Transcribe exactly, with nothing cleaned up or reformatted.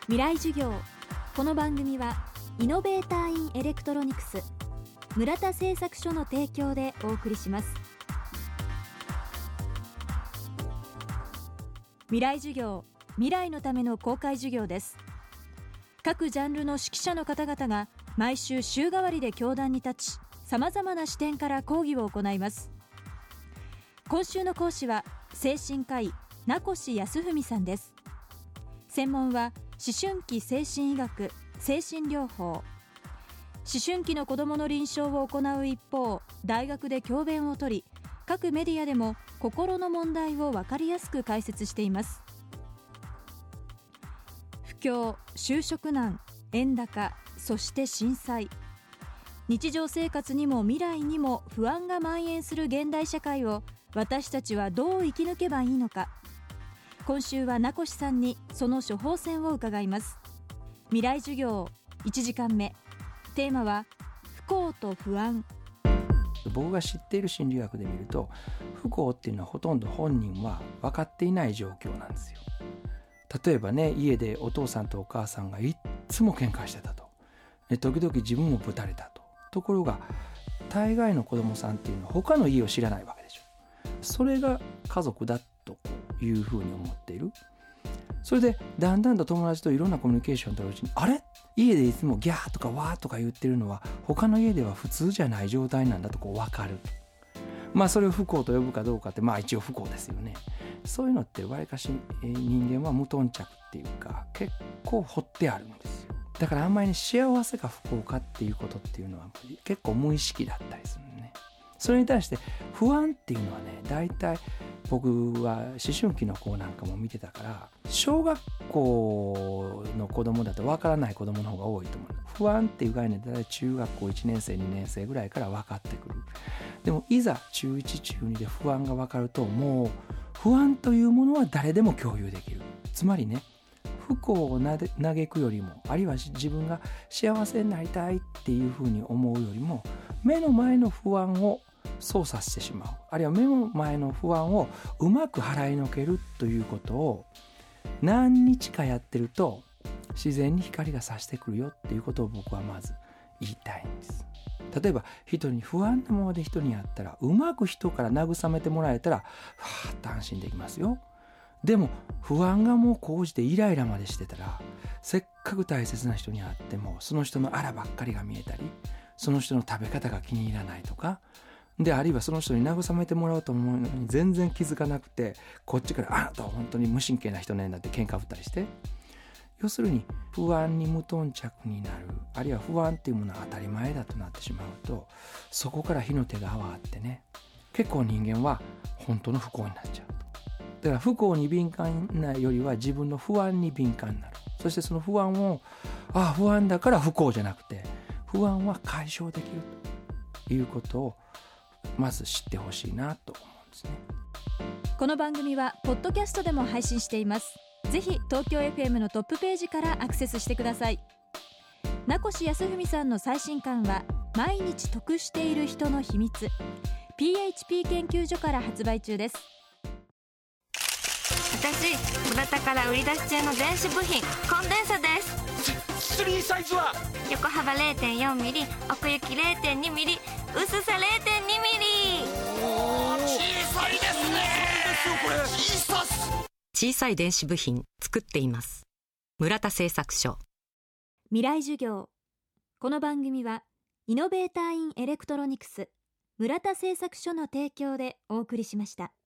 未来授業。この番組はイノベーターインエレクトロニクス村田製作所の提供でお送りします。未来授業、未来のための公開授業です。各ジャンルの指揮者の方々が毎週週替わりで教壇に立ち、さまざまな視点から講義を行います。今週の講師は精神科医名越康文さんです。専門は思春期精神医学、精神療法。思春期の子どもの臨床を行う一方、大学で教鞭をとり、各メディアでも心の問題を分かりやすく解説しています。不況、就職難、円高、そして震災。日常生活にも未来にも不安が蔓延する現代社会を私たちはどう生き抜けばいいのか。今週は名越さんにその処方箋を伺います。未来授業いちじかんめ、テーマは不幸と不安。 僕が知っている心理学で見ると、不幸っていうのはほとんど本人は分かっていない状況なんですよ。例えばね、家でお父さんとお母さんがいっつも喧嘩してたと、時々自分もぶたれたと。ところが大概の子供さんっていうのは他の家を知らないわけでしょ。それが家族だというふうに思っている。それでだんだんと友達といろんなコミュニケーションを取るうちに、あれ、家でいつもギャーとかワーとか言ってるのは他の家では普通じゃない状態なんだとこう分かる。まあそれを不幸と呼ぶかどうかって、まあ一応不幸ですよね。そういうのってわりかし人間は無頓着っていうか結構掘ってあるんですよ。だからあんまり幸せか不幸かっていうことっていうのは結構無意識だったりするね。それに対して不安っていうのはね、大体僕は思春期の子なんかも見てたから、小学校の子供だと分からない子供の方が多いと思う。不安っていう概念で中学校いちねん生にねん生ぐらいから分かってくる。でもいざ中いち中にで不安が分かると、もう不安というものは誰でも共有できる。つまりね、不幸を嘆くよりも、あるいは自分が幸せになりたいっていうふうに思うよりも、目の前の不安を操作してしまう、あるいは目の前の不安をうまく払いのけるということを何日かやってると、自然に光が差してくるよっていうことを僕はまず言いたいんです。例えば人に不安なままで人に会ったら、うまく人から慰めてもらえたらはーっと安心できますよ。でも不安がもう高じてイライラまでしてたら、せっかく大切な人に会ってもその人のあらばっかりが見えたり、その人の食べ方が気に入らないとかで、あるいはその人に慰めてもらおうと思うのに全然気づかなくて、こっちからあなたは本当に無神経な人ねなんて喧嘩売ったりして、要するに不安に無頓着になる、あるいは不安っていうものは当たり前だとなってしまうと、そこから火の手が上がってね、結構人間は本当の不幸になっちゃうと。だから不幸に敏感なよりは自分の不安に敏感になる。そしてその不安を、ああ不安だから不幸じゃなくて、不安は解消できるということをまず知ってほしいなと思うんですね。 この番組はポッドキャストでも配信しています。ぜひ東京 エフエム のトップページからアクセスしてください。名越康文さんの最新刊は毎日得している人の秘密、 ピーエイチピー 研究所から発売中です。 私、村田から売り出し中の電子部品コンデンサです。 スリーサイズは横幅 れいてんよんミリ、奥行き れいてんにミリ、薄さ れいてんにミリ。 おー、小さいですね。これ小さす。 小さい電子部品作っています。村田製作所。 未来授業。この番組はイノベーターインエレクトロニクス村田製作所の提供でお送りしました。